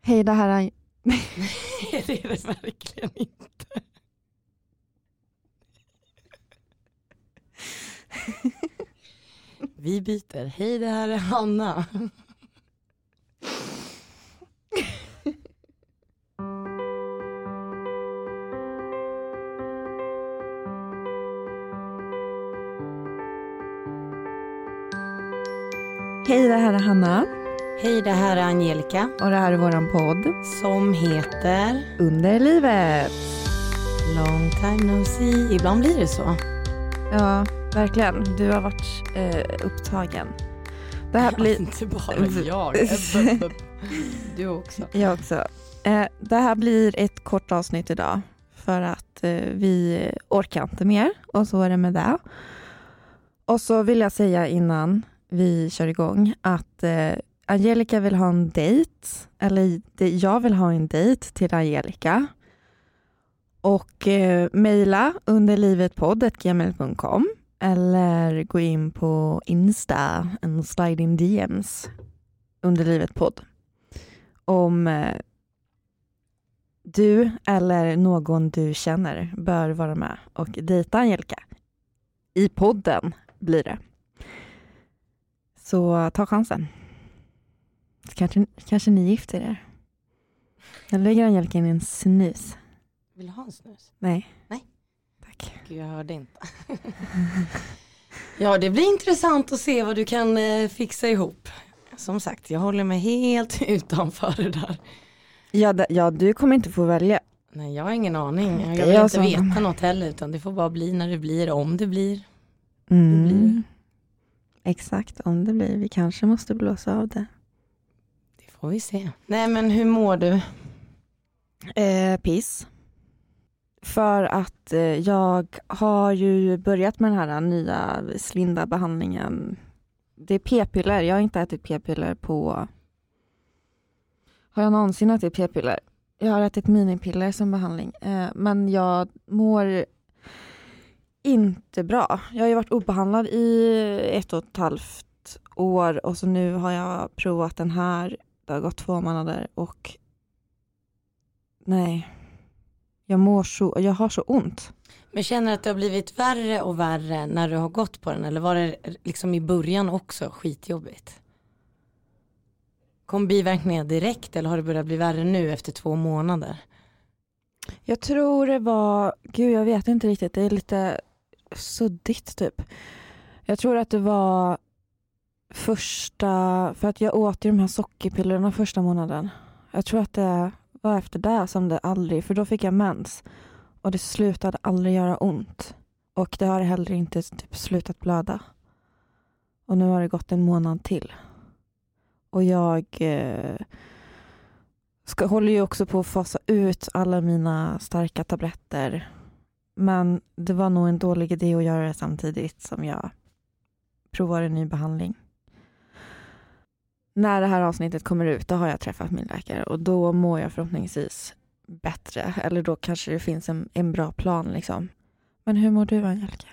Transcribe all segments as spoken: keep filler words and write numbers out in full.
Hej, det här är... Nej, det är det verkligen inte. Vi byter. Hej, det här är Hanna. Hej, det här är Hanna. Hej, det här är Angelica. Och det här är våran podd. Som heter... Under livet. Long time no see. Ibland blir det så. Ja, verkligen. Du har varit eh, upptagen. Det här blir... Inte bara jag. Du också. Jag också. Eh, det här blir ett kort avsnitt idag. För att eh, vi orkar inte mer. Och så är det med det. Och så vill jag säga innan vi kör igång att eh, Angelica vill ha en dejt. Eller det, jag vill ha en dejt till Angelica. Och eh, mejla underlivetpodd at gmail punkt com. Eller gå in på Insta och slide in D Ms underlivetpodd. Om eh, du eller någon du känner bör vara med och dejta Angelica. I podden blir det. Så ta chansen. Kanske, kanske ni gifter er. Jag lägger Angelica in i en snus. Vill du ha en snus? Nej. Nej. Tack. Gud, jag hörde inte. Ja, det blir intressant att se vad du kan eh, fixa ihop. Som sagt, jag håller mig helt utanför det där. Ja, d- ja, du kommer inte få välja. Nej, jag har ingen aning. Jag Det är vill jag inte som- veta något heller, utan det får bara bli när det blir, om det blir. Mm. blir det. Exakt, om det blir. Vi kanske måste blåsa av det. Det får vi se. Nej, men hur mår du? Eh, piss. För att eh, jag har ju börjat med den här nya Slinda-behandlingen. Det är p-piller. Jag har inte ätit p-piller på... Har jag någonsin ätit p-piller? Jag har ätit minipiller som behandling. Eh, men jag mår inte bra. Jag har ju varit obehandlad i ett och ett halvt år. Och så nu har jag provat den här. Det har gått två månader och... Nej... Jag mår så, jag har så ont. Men känner du att det har blivit värre och värre när du har gått på den? Eller var det liksom i början också skitjobbigt? Kom biverkningar direkt eller har det börjat bli värre nu efter två månader? Jag tror det var, gud jag vet inte riktigt, det är lite suddigt typ. Jag tror att det var första, för att jag åt ju de här sockerpillerna första månaden. Jag tror att det var efter det som det aldrig, för då fick jag mens. Och det slutade aldrig göra ont. Och det har heller inte typ slutat blöda. Och nu har det gått en månad till. Och jag eh, ska, håller ju också på att fasa ut alla mina starka tabletter. Men det var nog en dålig idé att göra det samtidigt som jag provar en ny behandling. När det här avsnittet kommer ut, då har jag träffat min läkare. Och då mår jag förhoppningsvis bättre. Eller då kanske det finns en, en bra plan liksom. Men hur mår du, Angelica?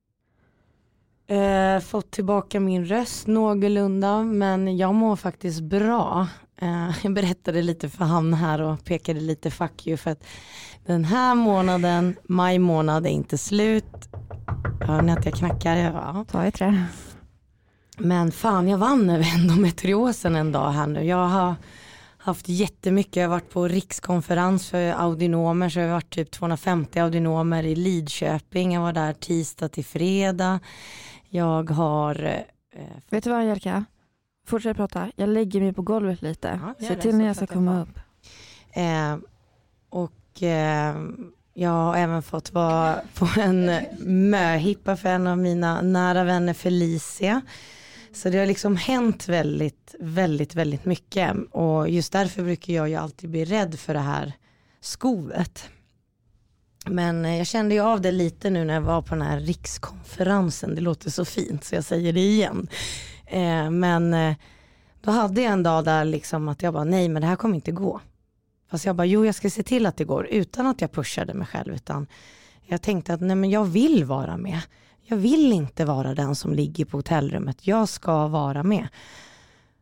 Eh, fått tillbaka min röst någorlunda, men jag mår faktiskt bra. Eh, jag berättade lite för han här och pekade lite fuck you för att den här månaden, maj månad, är inte slut. Hör ni att jag knackar? Ja. Ta i trä. Men fan, jag vann över endometriosen en dag här nu. Jag har haft jättemycket. Jag har varit på rikskonferens för audinomer. Så jag har varit typ tvåhundrafemtio audinomer i Lidköping. Jag var där tisdag till fredag. Jag har... Eh, Vet du vad, Angelica? Fortsätt prata. Jag lägger mig på golvet lite. Ja, Se det, till så när jag ska komma upp. Eh, och eh, jag har även fått vara på en möhippa för en av mina nära vänner, Felicia. Så det har liksom hänt väldigt, väldigt, väldigt mycket. Och just därför brukar jag ju alltid bli rädd för det här skovet. Men jag kände ju av det lite nu när jag var på den här rikskonferensen. Det låter så fint så jag säger det igen. Eh, men eh, då hade jag en dag där liksom att jag bara nej, men det här kommer inte gå. Fast jag bara jo, jag ska se till att det går utan att jag pushade mig själv. Utan jag tänkte att nej, men jag vill vara med. Jag vill inte vara den som ligger på hotellrummet. Jag ska vara med.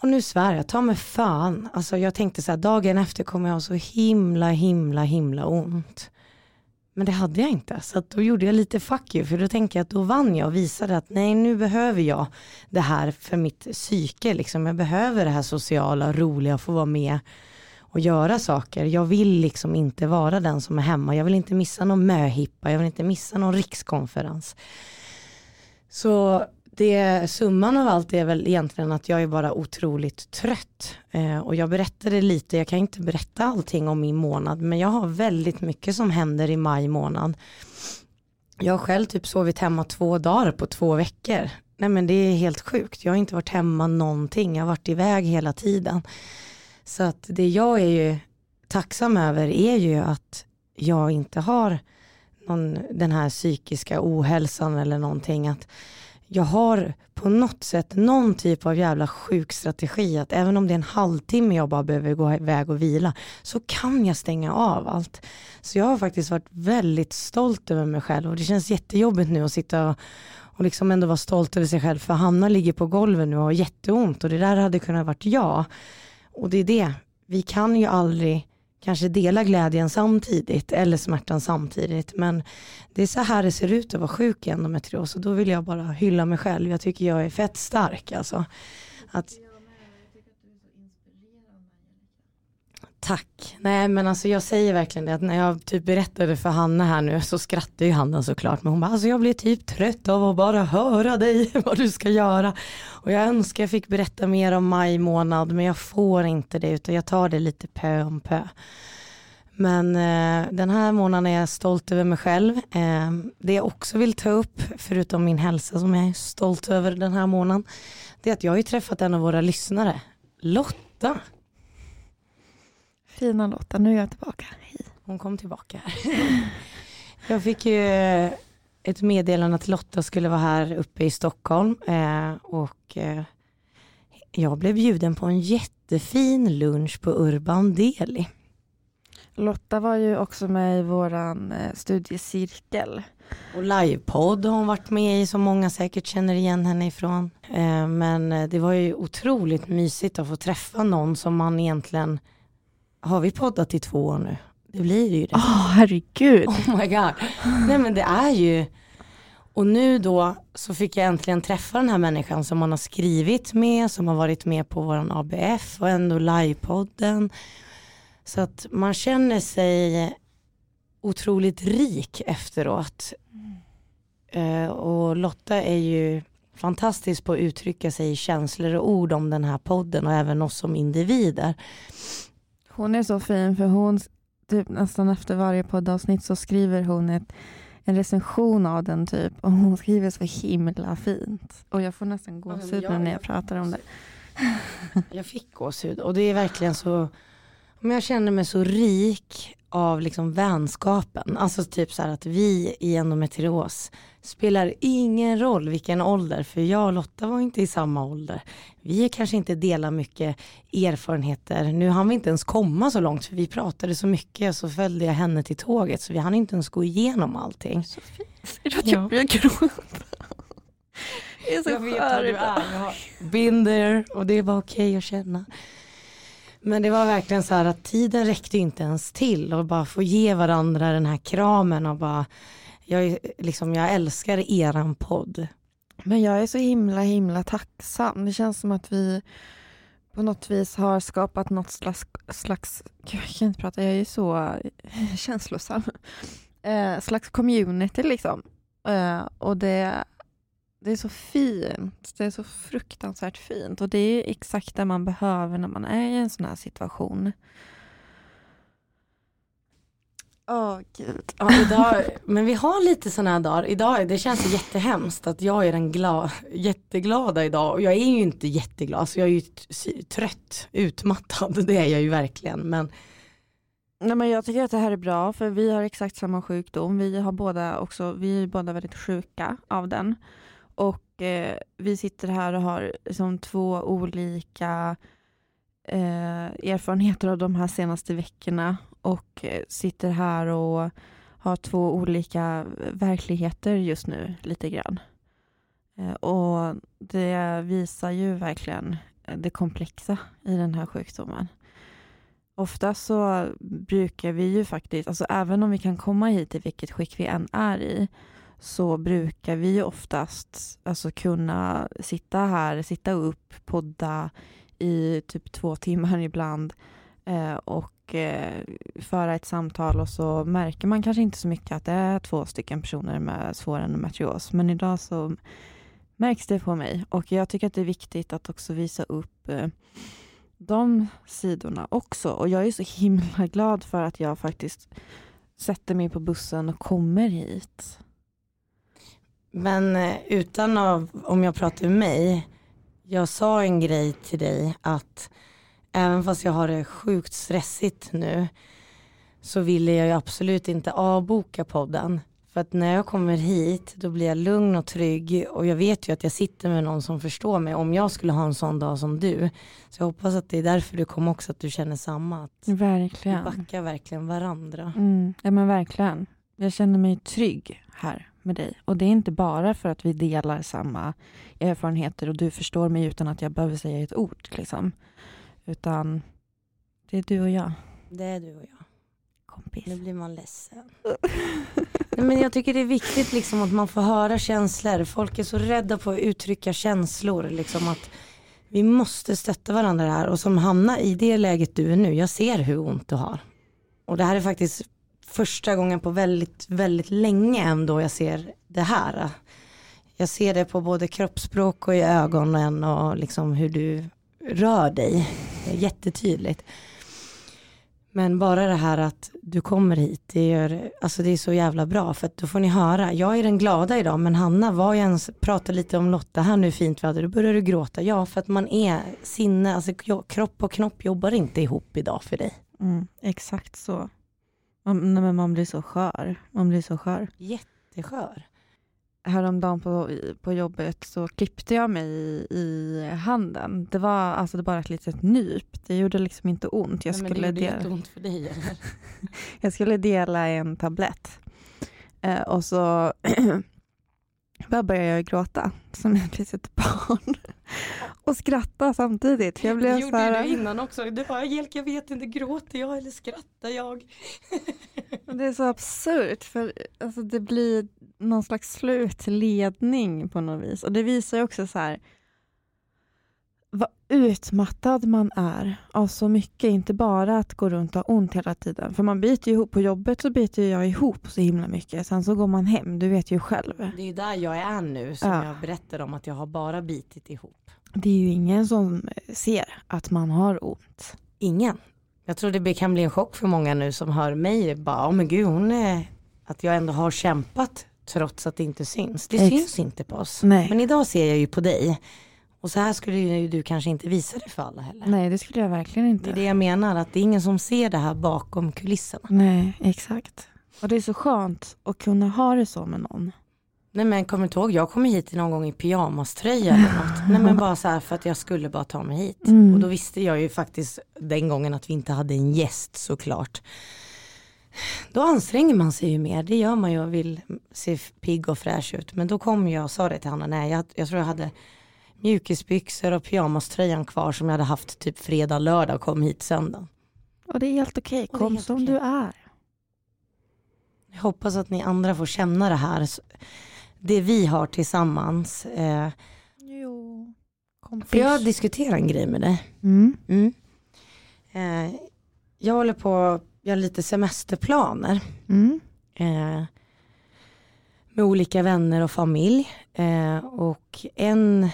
Och nu svär jag, ta mig fan. Alltså jag tänkte så här, dagen efter kommer jag ha så himla, himla, himla ont. Men det hade jag inte. Så att då gjorde jag lite fuck you. För då tänker jag att då vann jag och visade att nej, nu behöver jag det här för mitt psyke. Liksom. Jag behöver det här sociala, roliga, få vara med och göra saker. Jag vill liksom inte vara den som är hemma. Jag vill inte missa någon möhippa. Jag vill inte missa någon rikskonferens. Så det, summan av allt är väl egentligen att jag är bara otroligt trött. Eh, och jag berättade lite, jag kan inte berätta allting om min månad. Men jag har väldigt mycket som händer i maj månad. Jag har själv typ sovit hemma två dagar på två veckor. Nej men det är helt sjukt. Jag har inte varit hemma någonting. Jag har varit iväg hela tiden. Så att det jag är ju tacksam över är ju att jag inte har någon, den här psykiska ohälsan eller någonting. Att jag har på något sätt någon typ av jävla sjuk strategi. Att även om det är en halvtimme jag bara behöver gå iväg och vila, så kan jag stänga av allt. Så jag har faktiskt varit väldigt stolt över mig själv. Och det känns jättejobbigt nu att sitta och, och liksom ändå vara stolt över sig själv. För Hanna ligger på golvet nu och har jätteont. Och det där hade kunnat varit jag. Och det är det. Vi kan ju aldrig kanske dela glädjen samtidigt eller smärtan samtidigt. Men det är så här det ser ut att vara sjuk i endometrios. Och då vill jag bara hylla mig själv. Jag tycker jag är fett stark. Alltså. Att... Tack. Nej men alltså jag säger verkligen det. Att när jag typ berättade för Hanna här nu, så skrattar ju Hanna såklart. Men hon bara, alltså jag blir typ trött av att bara höra dig vad du ska göra. Och jag önskar jag fick berätta mer om maj månad. Men jag får inte det, utan jag tar det lite pö om pö. Men eh, den här månaden är jag stolt över mig själv. Eh, det jag också vill ta upp, förutom min hälsa som jag är stolt över den här månaden, det är att jag har ju träffat en av våra lyssnare, Lotta. Fina Lotta, nu är jag tillbaka. Hej. Hon kom tillbaka. Jag fick ju ett meddelande att Lotta skulle vara här uppe i Stockholm. Eh, och eh, jag blev bjuden på en jättefin lunch på Urban Deli. Lotta var ju också med i våran eh, studiecirkel. Och livepodd har hon varit med i, som många säkert känner igen henne ifrån. Eh, men det var ju otroligt mysigt att få träffa någon som man egentligen... Har vi poddat i två år nu? Det blir ju det. Åh, oh, herregud. Oh my god. Nej men det är ju... Och nu då så fick jag äntligen träffa den här människan som man har skrivit med. Som har varit med på våran A B F och ändå livepodden. Så att man känner sig otroligt rik efteråt. Mm. Uh, och Lotta är ju fantastisk på att uttrycka sig i känslor och ord om den här podden. Och även oss som individer. Hon är så fin, för hon typ nästan efter varje poddavsnitt så skriver hon ett, en recension av den typ. Och hon skriver så himla fint. Och jag får nästan gåshud ja, när jag pratar om det. Jag fick gåshud. Och det är verkligen så... Men jag känner mig så rik av liksom vänskapen. Alltså typ så här att vi i endometrios spelar ingen roll vilken ålder. För jag och Lotta var inte i samma ålder. Vi kanske inte delar mycket erfarenheter. Nu hann vi inte ens komma så långt, för vi pratade så mycket. Och så följde jag henne till tåget, så vi hann inte ens gå igenom allting. Så fint. Jag tror jag gråter. Det är så jag vet vad du är. Jag har been there, och det var okej okay att känna. Men det var verkligen så här att tiden räckte inte ens till. Och bara få ge varandra den här kramen och bara... Jag, liksom, jag älskar eran podd. Men jag är så himla himla tacksam. Det känns som att vi på något vis har skapat något slags... slags Gud, jag kan inte prata, jag är så känslosam. Eh, slags community liksom. Eh, och det, det är så fint. Det är så fruktansvärt fint. Och det är exakt det man behöver när man är i en sån här situation. Åh, oh, gud. Ja, idag, men vi har lite såna här dagar. Idag, det känns jättehemskt att jag är den glad, jätteglada idag. Och jag är ju inte jätteglad. Så jag är ju t- trött, utmattad. Det är jag ju verkligen. Men... Nej, men jag tycker att det här är bra. För vi har exakt samma sjukdom. Vi har båda också, vi är båda väldigt sjuka av den. Och eh, vi sitter här och har liksom två olika eh, erfarenheter av de här senaste veckorna. Och sitter här och har två olika verkligheter just nu lite grann. Och det visar ju verkligen det komplexa i den här sjukdomen. Ofta så brukar vi ju faktiskt, alltså även om vi kan komma hit i vilket skick vi än är i, så brukar vi ju oftast alltså kunna sitta här, sitta upp, podda i typ två timmar ibland eh, och eh, föra ett samtal, och så märker man kanske inte så mycket att det är två stycken personer med svår endometrios. Men idag så märks det på mig, och jag tycker att det är viktigt att också visa upp eh, de sidorna också. Och jag är så himla glad för att jag faktiskt sätter mig på bussen och kommer hit. Men utan av, om jag pratar med mig, jag sa en grej till dig att även fast jag har det sjukt stressigt nu så ville jag ju absolut inte avboka podden. För att när jag kommer hit då blir jag lugn och trygg, och jag vet ju att jag sitter med någon som förstår mig om jag skulle ha en sån dag som du. Så jag hoppas att det är därför du kom också, att du känner samma. Att verkligen. Vi backar verkligen varandra. Mm, ja men verkligen. Jag känner mig trygg här med dig. Och det är inte bara för att vi delar samma erfarenheter och du förstår mig utan att jag behöver säga ett ord liksom. Utan det är du och jag. Det är du och jag. Kompis. Nu blir man ledsen. Nej, men jag tycker det är viktigt liksom att man får höra känslor. Folk är så rädda på att uttrycka känslor. Liksom att vi måste stötta varandra här. Och som hamnar i det läget du är nu. Jag ser hur ont du har. Och det här är faktiskt första gången på väldigt, väldigt länge ändå jag ser det här. Jag ser det på både kroppsspråk och i ögonen och liksom hur du rör dig. Det är jättetydligt. Men bara det här att du kommer hit, det, gör, alltså det är så jävla bra, för att då får ni höra. Jag är den glada idag, men Hanna, var jag ens pratar lite om Lotta här nu, fint väder, då börjar du gråta. Ja, för att man är sinne, alltså kropp och knopp jobbar inte ihop idag för dig. Mm, exakt så. Man, nej, men man blir så skör. Man blir så skör. Jätteskör. Häromdagen på, på jobbet så klippte jag mig i, i handen. Det var alltså det bara ett litet nyp. Det gjorde liksom inte ont. Jag Nej, skulle men det gjorde dela, inte ont för dig, eller? jag skulle dela en tablett. Eh, och så bara började jag gråta som ett litet barn. Och skratta samtidigt. För jag blev det gjorde så här, du innan också. Du bara, Jelka, jag vet inte, gråter jag eller skrattar jag? det är så absurt. För alltså, det blir någon slags slutledning på något vis. Och det visar ju också så här vad utmattad man är av så mycket. Inte bara att gå runt och ha ont hela tiden. För man biter ju ihop. På jobbet så biter jag ihop så himla mycket. Sen så går man hem. Du vet ju själv. Det är ju där jag är nu som ja. jag berättar om, att jag har bara bitit ihop. Det är ju ingen som ser att man har ont. Ingen. Jag tror det kan bli en chock för många nu som hör mig. Bara, oh, men gud, hon är... Att jag ändå har kämpat trots att det inte syns. Det Ex- syns inte på oss. Nej. Men idag ser jag ju på dig. Och så här skulle ju du kanske inte visa det för alla heller. Nej, det skulle jag verkligen inte. Det är det jag menar, att det är ingen som ser det här bakom kulisserna. Nej, exakt. Och det är så skönt att kunna ha det så med någon. Nej, men kommer du ihåg, jag kom hit någon gång i pyjamaströja eller något. Nej, men bara så här för att jag skulle bara ta mig hit. Mm. Och då visste jag ju faktiskt den gången att vi inte hade en gäst, såklart. Då anstränger man sig ju mer. Det gör man ju och vill se pigg och fräsch ut. Men då kom jag och sa det till Hanna. Nej, jag, jag tror jag hade mjukisbyxor och pyjamaströjan kvar som jag hade haft typ fredag, lördag och kom hit söndag. Och det är helt okej. Kom som okej. Du är. Jag hoppas att ni andra får känna det här. Det vi har tillsammans. Eh, jo. För jag diskuterar en grej med dig. Mm. Mm. Eh, jag håller på jag har lite semesterplaner mm. eh, med olika vänner och familj. Eh, och en,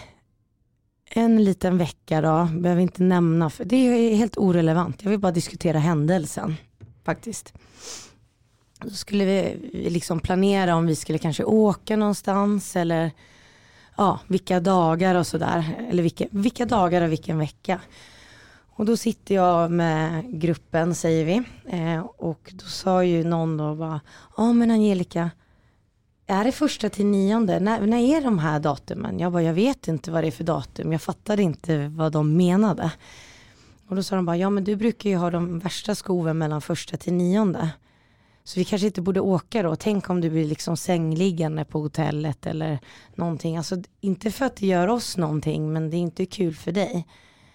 en liten vecka då, behöver inte nämna, för det är helt orelevant. Jag vill bara diskutera händelsen faktiskt. Då skulle vi liksom planera om vi skulle kanske åka någonstans eller ja, vilka dagar och sådär. Eller vilka, vilka dagar och vilken vecka. Och då sitter jag med gruppen, säger vi. Eh, och då sa ju någon då bara, ja men Angelica, är det första till nionde? När, när är de här datumen? Jag bara, jag vet inte vad det är för datum. Jag fattade inte vad de menade. Och då sa de bara, ja men du brukar ju ha de värsta skoven mellan första till nionde. Så vi kanske inte borde åka då. Tänk om du blir liksom sängliggande på hotellet eller någonting. Alltså inte för att det gör oss någonting, men det är inte kul för dig.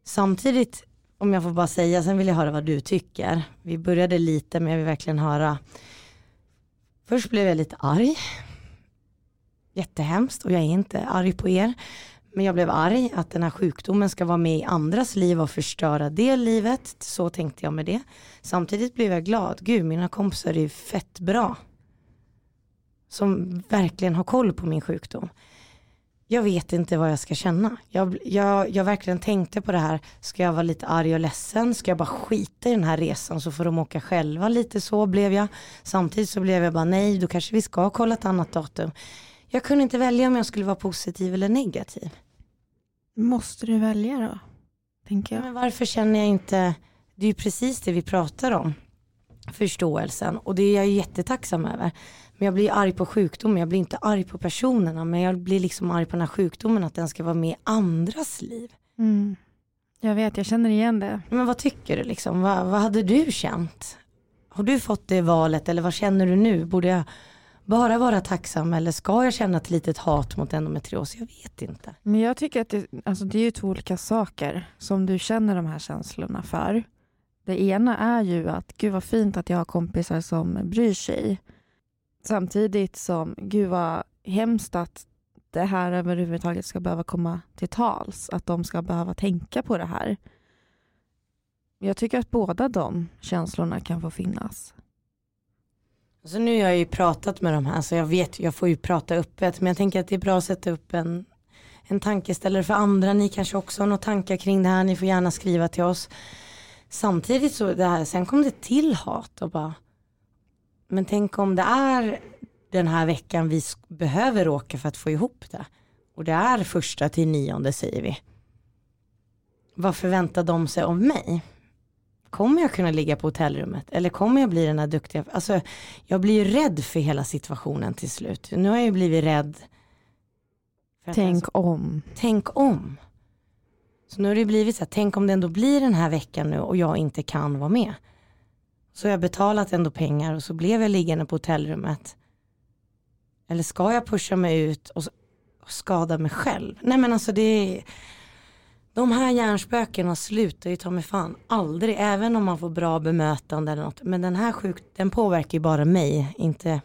samtidigt, om jag får bara säga, sen vill jag höra vad du tycker. Vi började lite, men jag vill verkligen höra. Först blev jag lite arg. Jättehemskt, och jag är inte arg på er. Men jag blev arg att den här sjukdomen ska vara med i andras liv och förstöra det livet. Så tänkte jag med det. Samtidigt blev jag glad. Gud, mina kompisar är ju fett bra. Som verkligen har koll på min sjukdom. Jag vet inte vad jag ska känna. Jag, jag, jag verkligen tänkte på det här. Ska jag vara lite arg och ledsen? Ska jag bara skita i den här resan så får de åka själva? Lite så blev jag. Samtidigt så blev jag bara nej, då kanske vi ska kolla ett annat datum. Jag kunde inte välja om jag skulle vara positiv eller negativ. Måste du välja då? Tänker jag. Men varför känner jag inte... Det är ju precis det vi pratar om. Förståelsen. Och det är jag jättetacksam över. Men jag blir arg på sjukdomen. Jag blir inte arg på personerna. Men jag blir liksom arg på den här sjukdomen. Att den ska vara med i andras liv. Mm. Jag vet, jag känner igen det. Men vad tycker du liksom? Vad, vad hade du känt? Har du fått det valet? Eller vad känner du nu? Borde jag bara vara tacksam? Eller ska jag känna ett litet hat mot endometrios? Jag vet inte. Men jag tycker att det, alltså det är ju två olika saker som du känner de här känslorna för. Det ena är ju att gud vad fint att jag har kompisar som bryr sig. Samtidigt som gud vad hemskt att det här överhuvudtaget ska behöva komma till tals. Att de ska behöva tänka på det här. Jag tycker att båda de känslorna kan få finnas. Så nu har jag ju pratat med de här så jag vet, jag får ju prata öppet. Men jag tänker att det är bra att sätta upp en, en tankeställare för andra. Ni kanske också har några tankar kring det här. Ni får gärna skriva till oss. Samtidigt så det här, sen kom det till hat och bara. Men tänk om det är den här veckan vi behöver åka för att få ihop det. Och det är första till nionde säger vi. Vad förväntar de sig av mig? Kommer jag kunna ligga på hotellrummet? Eller kommer jag bli den här duktiga? Alltså, jag blir ju rädd för hela situationen till slut. Nu har jag ju blivit rädd. För att Tänk alltså, om. Tänk om. Så nu har det blivit så här, tänk om det ändå blir den här veckan nu och jag inte kan vara med. Så jag har betalat ändå pengar och så blev jag liggande på hotellrummet. Eller ska jag pusha mig ut och, och skada mig själv? Nej men alltså det är... De här hjärnspökena slutar ju ta mig fan aldrig. Även om man får bra bemötande eller något. Men den här sjuk, den påverkar ju bara mig. Inte...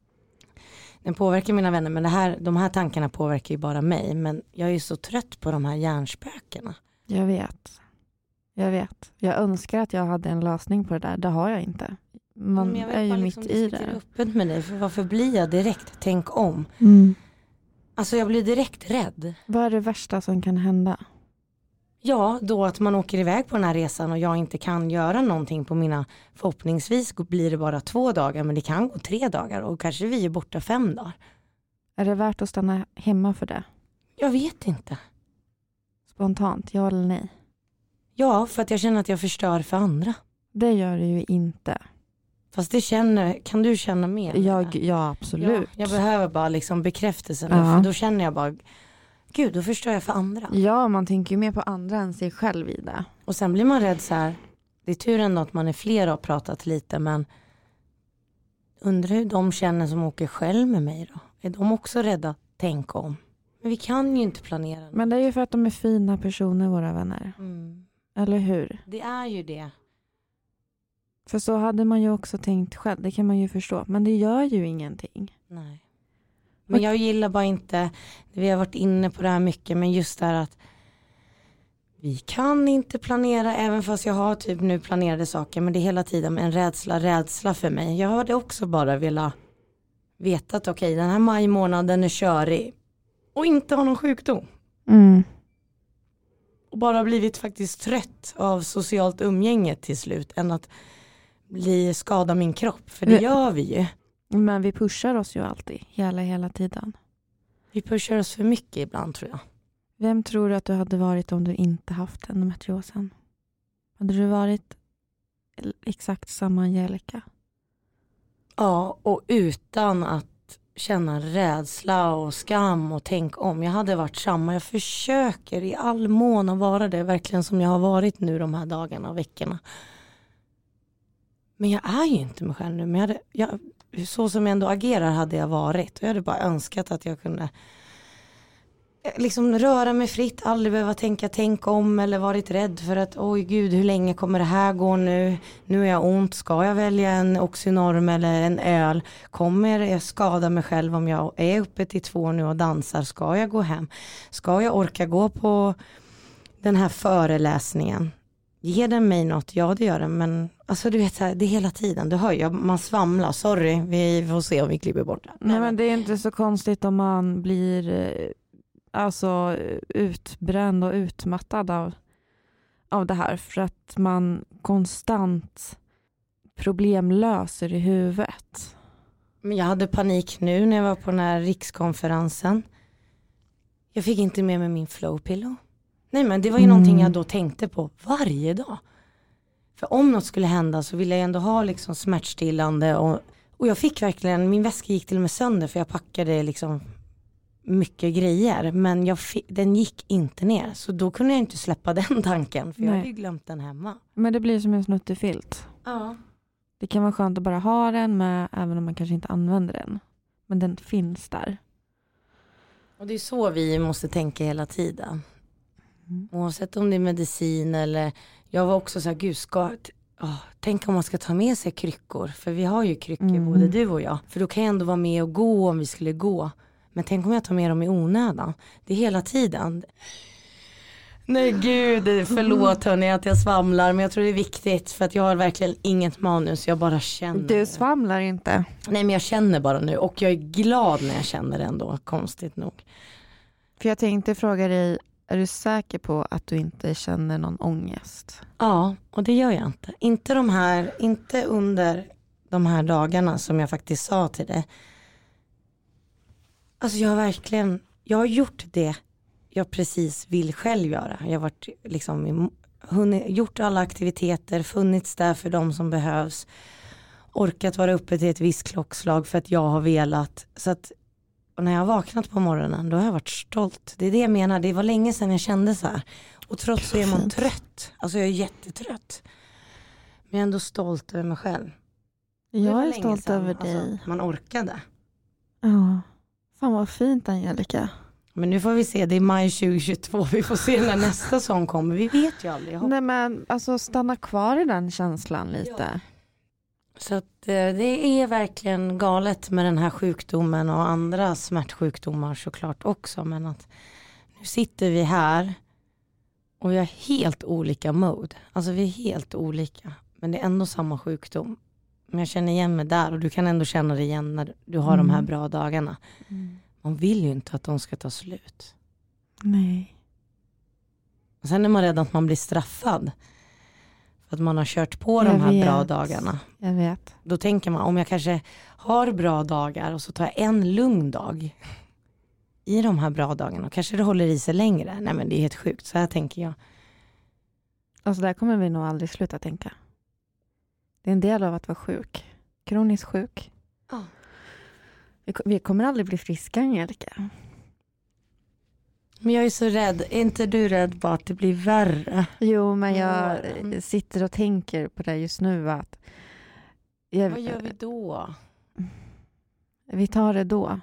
Den påverkar mina vänner. Men det här, de här tankarna påverkar ju bara mig. Men jag är ju så trött på de här hjärnspökena. Jag vet. Jag vet. Jag önskar att jag hade en lösning på det där. Det har jag inte. Man men jag är ju liksom, mitt i det. Öppet med dig. För varför blir jag direkt? Tänk om. Mm. Alltså jag blir direkt rädd. Vad är det värsta som kan hända? Ja, då att man åker iväg på den här resan och jag inte kan göra någonting på mina, förhoppningsvis blir det bara två dagar, men det kan gå tre dagar och kanske vi är borta fem dagar. Är det värt att stanna hemma för det? Jag vet inte. Spontant, ja eller nej? Ja, för att jag känner att jag förstör för andra. Det gör det ju inte. Fast det känner, kan du känna mer? Jag, ja, absolut. Ja, jag behöver bara liksom bekräftelsen, Ja. för då känner jag bara, gud, då förstör jag för andra. Ja, man tänker ju mer på andra än sig själv i det. Och sen blir man rädd så här, det är tur ändå att man är flera och har pratat lite, men undrar hur de känner som åker själv med mig då? Är de också rädda? Tänk om. Men vi kan ju inte planera. Men det är ju för att de är fina personer, våra vänner. Mm. Eller hur? Det är ju det. För så hade man ju också tänkt själv, det kan man ju förstå. Men det gör ju ingenting. Nej. Men jag gillar bara inte, vi har varit inne på det här mycket, men just det här att vi kan inte planera, även fast jag har typ nu planerade saker, men det är hela tiden en rädsla, rädsla för mig. Jag hade också bara velat veta att okej, den här majmånaden är körig och inte har någon sjukdom. Mm. Och bara blivit faktiskt trött av socialt umgänge till slut, än att bli skada min kropp, för det gör vi ju. Men vi pushar oss ju alltid, hela, hela tiden. Vi pushar oss för mycket ibland, tror jag. Vem tror du att du hade varit om du inte haft endometriosen? Hade du varit exakt samma Angelica? Ja, och utan att känna rädsla och skam och tänk om. Jag hade varit samma. Jag försöker i all mån att vara det, verkligen som jag har varit nu de här dagarna och veckorna. Men jag är ju inte mig själv nu. Men jag hade, jag, så som jag ändå agerar hade jag varit. Och jag hade bara önskat att jag kunde liksom röra mig fritt, aldrig behöva tänka tänk om eller varit rädd för att oj gud hur länge kommer det här gå nu, nu är jag ont, ska jag välja en Oxynorm eller en öl, kommer jag skada mig själv om jag är uppe till två nu och dansar, ska jag gå hem, ska jag orka gå på den här föreläsningen, ger den mig något, ja det gör den, men alltså du vet det är hela tiden, du hör ju, man svamlar, sorry, vi får se om vi klipper bort det. Nej men det är inte så konstigt om man blir alltså utbränd och utmattad av, av det här, för att man konstant problemlöser i huvudet. Men jag hade panik nu när jag var på den här rikskonferensen. Jag fick inte med mig min flowpillow. Nej men det var ju mm. någonting jag då tänkte på varje dag. För om något skulle hända så ville jag ändå ha liksom smärtstillande. Och, och jag fick verkligen, min väska gick till och med sönder för jag packade liksom mycket grejer. Men jag fick, den gick inte ner. Så då kunde jag inte släppa den tanken. För Nej. jag hade ju glömt den hemma. Men det blir som en snuttefilt. Ja. Det kan vara skönt att bara ha den med, även om man kanske inte använder den. Men den finns där. Och det är så vi måste tänka hela tiden. Mm. Oavsett om det är medicin eller... Jag var också så här, gud ska... Oh, tänk om man ska ta med sig kryckor. För vi har ju kryckor, mm. både du och jag. För då kan jag ändå vara med och gå om vi skulle gå. Men tänk om jag tar med dem i onödan. Det är hela tiden. Nej gud, förlåt hörni att jag svamlar. Men jag tror det är viktigt för att jag har verkligen inget manus. Jag bara känner. Du svamlar inte. Nej men jag känner bara nu. Och jag är glad när jag känner det ändå, konstigt nog. För jag tänkte fråga dig, är du säker på att du inte känner någon ångest? Ja, och det gör jag inte. Inte de här, inte under de här dagarna som jag faktiskt sa till dig. Alltså jag har verkligen, jag har gjort det jag precis vill själv göra. Jag har varit liksom hunnit, gjort alla aktiviteter, funnits där för de som behövs. Orkat vara uppe till ett visst klockslag för att jag har velat. Så att, och när jag har vaknat på morgonen, då har jag varit stolt. Det är det jag menar, det var länge sedan jag kände så här. Och trots så är man trött. Alltså jag är jättetrött. Men jag är ändå stolt över mig själv. Jag är stolt sedan, över dig. Alltså, man orkade. Ja, fan vad fint Angelica. Men nu får vi se, det är maj tjugohundratjugotvå. Vi får se när nästa sång kommer. Vi vet ju aldrig. Nej men alltså stanna kvar i den känslan lite. Ja. Så att det är verkligen galet med den här sjukdomen och andra smärtsjukdomar såklart också. Men att nu sitter vi här och vi har helt olika mode. Alltså vi är helt olika. Men det är ändå samma sjukdom. Men jag känner igen mig där och du kan ändå känna det igen när du har mm. de här bra dagarna. Mm. Man vill ju inte att de ska ta slut. Nej. Och sen är man rädd att man blir straffad. För att man har kört på jag de här vet. bra dagarna. Jag vet. Då tänker man, om jag kanske har bra dagar och så tar jag en lugn dag i de här bra dagarna. Och kanske det håller i sig längre. Nej men det är helt sjukt, så här tänker jag. Alltså där kommer vi nog aldrig sluta tänka. Det är en del av att vara sjuk. Kroniskt sjuk. Ja. Oh. Vi, vi kommer aldrig bli friska, Angelica. Men jag är så rädd. Är inte du rädd bara att det blir värre? Jo, men jag mm. sitter och tänker på det just nu. Att jag, vad gör vi då? Vi tar det då.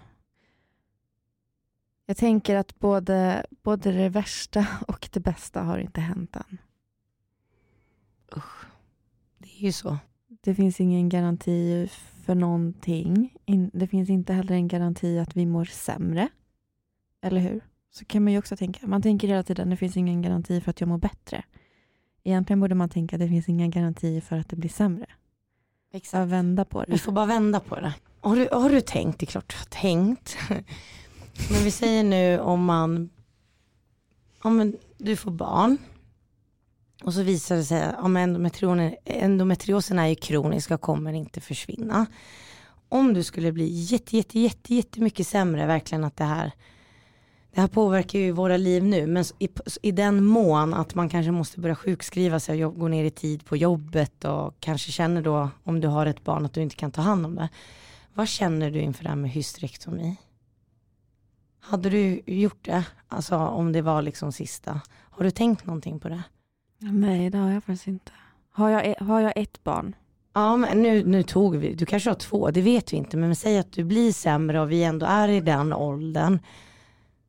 Jag tänker att både, både det värsta och det bästa har inte hänt än. Usch. Det är ju så. Det finns ingen garanti för någonting. Det finns inte heller en garanti att vi mår sämre. Eller hur? Så kan man ju också tänka. Man tänker hela tiden, det finns ingen garanti för att jag mår bättre. Egentligen borde man tänka att det finns ingen garanti för att det blir sämre. Exakt. Att vända på det. Vi får bara vända på det. Har du, har du tänkt? Det är klart du har tänkt. Men vi säger nu om man... Om du får barn. Och så visar det sig att endometriosen, endometriosen är ju kronisk och kommer inte försvinna. Om du skulle bli jätte, jätte, jätte, jättemycket sämre, verkligen att det här... Det här påverkar ju våra liv nu, men i, i den mån att man kanske måste börja sjukskriva sig och gå ner i tid på jobbet och kanske känner då, om du har ett barn, att du inte kan ta hand om det. Vad känner du inför det här med hysterektomi? Hade du gjort det? Alltså om det var liksom sista. Har du tänkt någonting på det? Nej, det har jag faktiskt inte. Har jag, har jag ett barn? Ja, men nu, nu tog vi, du kanske har två, det vet vi inte. Men säg att du blir sämre och vi ändå är i den åldern.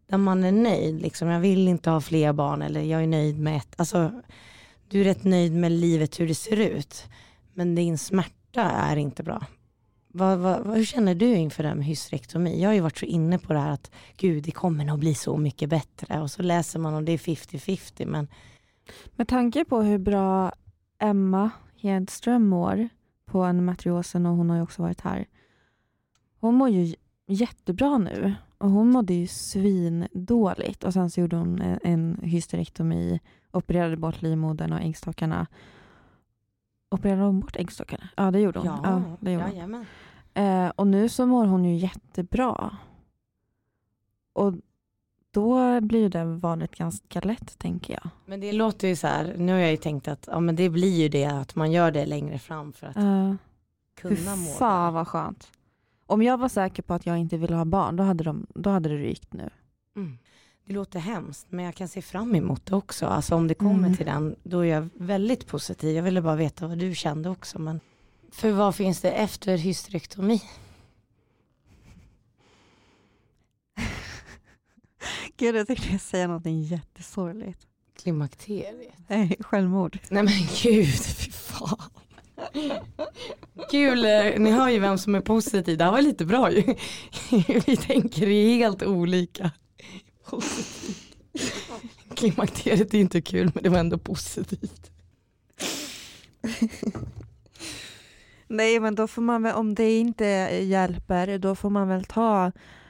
där man är nöjd. Liksom. Jag vill inte ha fler barn eller jag är nöjd med ett. Alltså, du är rätt nöjd med livet hur det ser ut. Men din smärta är inte bra. Vad, vad, hur känner du inför det här med hysterektomi? Jag har ju varit så inne på det här att gud, det kommer nog bli så mycket bättre. Och så läser man om det är femtio femtio. Men... Med tanke på hur bra Emma Hedström mår på endometriosen, och hon har ju också varit här. Hon mår ju jättebra nu. Och hon mådde ju svindåligt. Och sen så gjorde hon en, en hysterektomi. Opererade bort livmodern och äggstockarna. Opererade hon bort äggstockarna? Ja, det gjorde hon. Ja, ja, det gjorde hon. Eh, och nu så mår hon ju jättebra. Och då blir det vanligt ganska lätt, tänker jag. Men det låter ju så här, nu har jag ju tänkt att ja, men det blir ju det att man gör det längre fram för att uh, kunna må. Fan vad skönt. Om jag var säker på att jag inte ville ha barn, då hade, de, då hade det rykt nu. Mm. Det låter hemskt, men jag kan se fram emot det också. Alltså om det kommer mm. till den, då är jag väldigt positiv. Jag ville bara veta vad du kände också. Men för vad finns det efter hysterektomi? Gud, jag tänkte säga någonting jättesorgligt. Klimakteriet? Nej, självmord. Nej men gud, fy fan. Kul, ni hör ju vem som är positiv. Det här var lite bra ju. Vi tänker helt olika. Klimakteriet är inte kul, men det var ändå positivt. Nej, men då får man väl, om det inte hjälper, då får man väl ta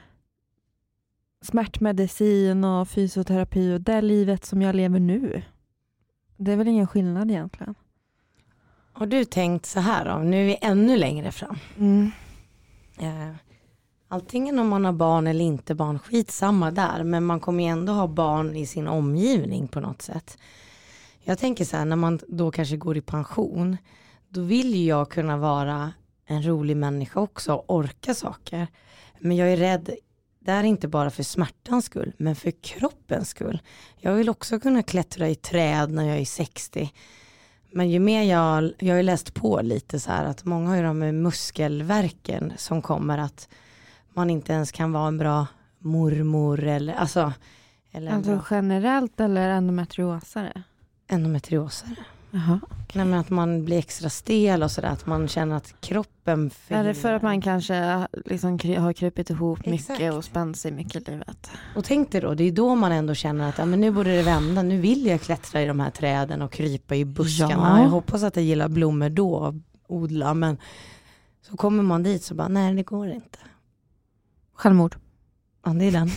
smärtmedicin och fysioterapi och det livet som jag lever nu. Det är väl ingen skillnad egentligen. Har du tänkt så här då? Nu är vi ännu längre fram. Mm. Eh, antingen om man har barn eller inte barn, skitsamma där. Men man kommer ju ändå ha barn i sin omgivning på något sätt. Jag tänker så här, när man då kanske går i pension, då vill ju jag kunna vara en rolig människa också och orka saker. Men jag är rädd, det är inte bara för smärtans skull, men för kroppens skull. Jag vill också kunna klättra i träd när jag är sextio. Men ju mer jag, jag har ju läst på lite så här att många har ju de med muskelverken som kommer att man inte ens kan vara en bra mormor eller alltså. Eller alltså bra... generellt eller endometriosare? Endometriosare. Jaha. Okay. Nej, men att man blir extra stel och sådär, att man känner att kroppen förhindrar. Är det för att man kanske liksom har krypit ihop Exakt. mycket och spänt sig mycket i livet? Och tänk dig då, det är då man ändå känner att ja, men nu borde det vända, nu vill jag klättra i de här träden och krypa i buskarna. Ja. Jag hoppas att jag gillar blommor då och odla, men så kommer man dit så bara, nej det går inte. Självmord. Ja, det är den.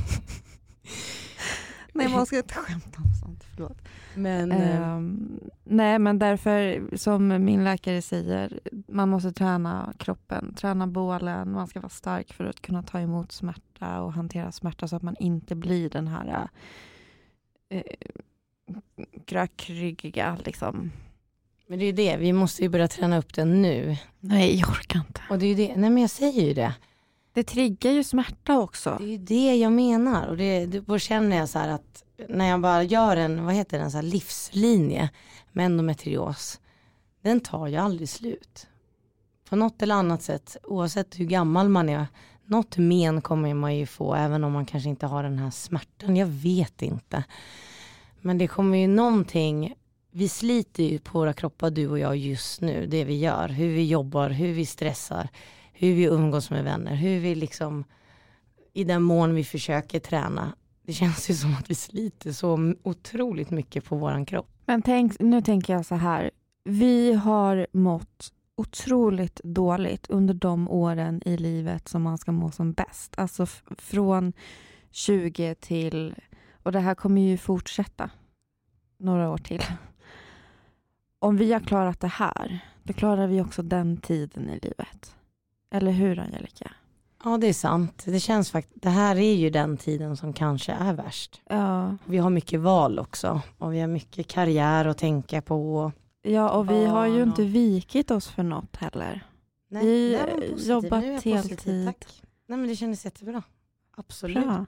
Nej, man ska inte skämta om sånt, förlåt. Men, um, nej, men därför som min läkare säger, man måste träna kroppen, träna bålen, man ska vara stark för att kunna ta emot smärta och hantera smärta så att man inte blir den här äh, grökryggiga liksom. Men det är ju det, vi måste ju börja träna upp den nu. Nej, jag orkar inte. Och det är ju det, nej men jag säger ju det. Det triggar ju smärta också. Det är ju det jag menar. Och det, då känner jag så här att när jag bara gör en, vad heter den, så här livslinje med endometrios. Den tar ju aldrig slut. På något eller annat sätt, oavsett hur gammal man är. Något men kommer man ju få, även om man kanske inte har den här smärtan. Jag vet inte. Men det kommer ju någonting, vi sliter ju på våra kroppar, du och jag just nu. Det vi gör, hur vi jobbar, hur vi stressar. Hur vi umgås med vänner. Hur vi liksom, i den mån vi försöker träna. Det känns ju som att vi sliter så otroligt mycket på våran kropp. Men tänk, nu tänker jag så här. Vi har mått otroligt dåligt under de åren i livet som man ska må som bäst. Alltså f- från tjugo till, och det här kommer ju fortsätta några år till. Om vi har klarat det här, då klarar vi också den tiden i livet. Eller hur, Angelica? Ja, det är sant. Det känns faktiskt, det här är ju den tiden som kanske är värst. Ja. Vi har mycket val också. Och vi har mycket karriär att tänka på. Ja, och vi har ju inte vikit oss för något heller. Nej, vi har jobbat heltid. Tack. Nej, men det kändes jättebra. Absolut. Bra.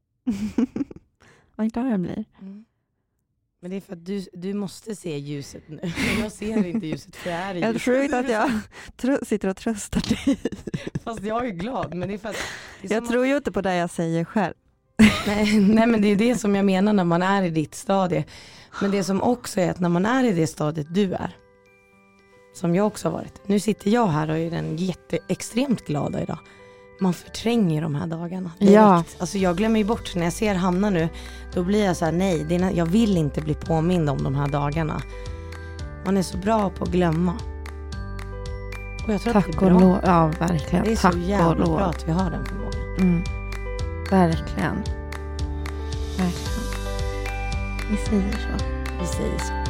Vad glad jag blir. Mm. Men det är för att du, du måste se ljuset nu. Men jag ser inte ljuset, för det är ljuset. Jag tror inte att jag tr- sitter och tröstar dig. Fast jag är glad. Men det är för att det är jag tror att... ju inte på det jag säger själv. nej, nej men det är det som jag menar när man är i ditt stadie. Men det som också är att när man är i det stadiet du är, som jag också har varit. Nu sitter jag här och är den jätteextremt glada idag. Man förtränger de här dagarna direkt. Ja. Alltså jag glömmer ju bort, när jag ser Hanna nu, då blir jag så här: nej, det är, jag vill inte bli påmind om de här dagarna. Man är så bra på att glömma. Och jag tror Tack att det är bra. och lov. Ja, verkligen. Det är Tack så jävla och bra att vi har den förmågan. Mm. Verkligen. Verkligen. Vi säger så. Vi säger så.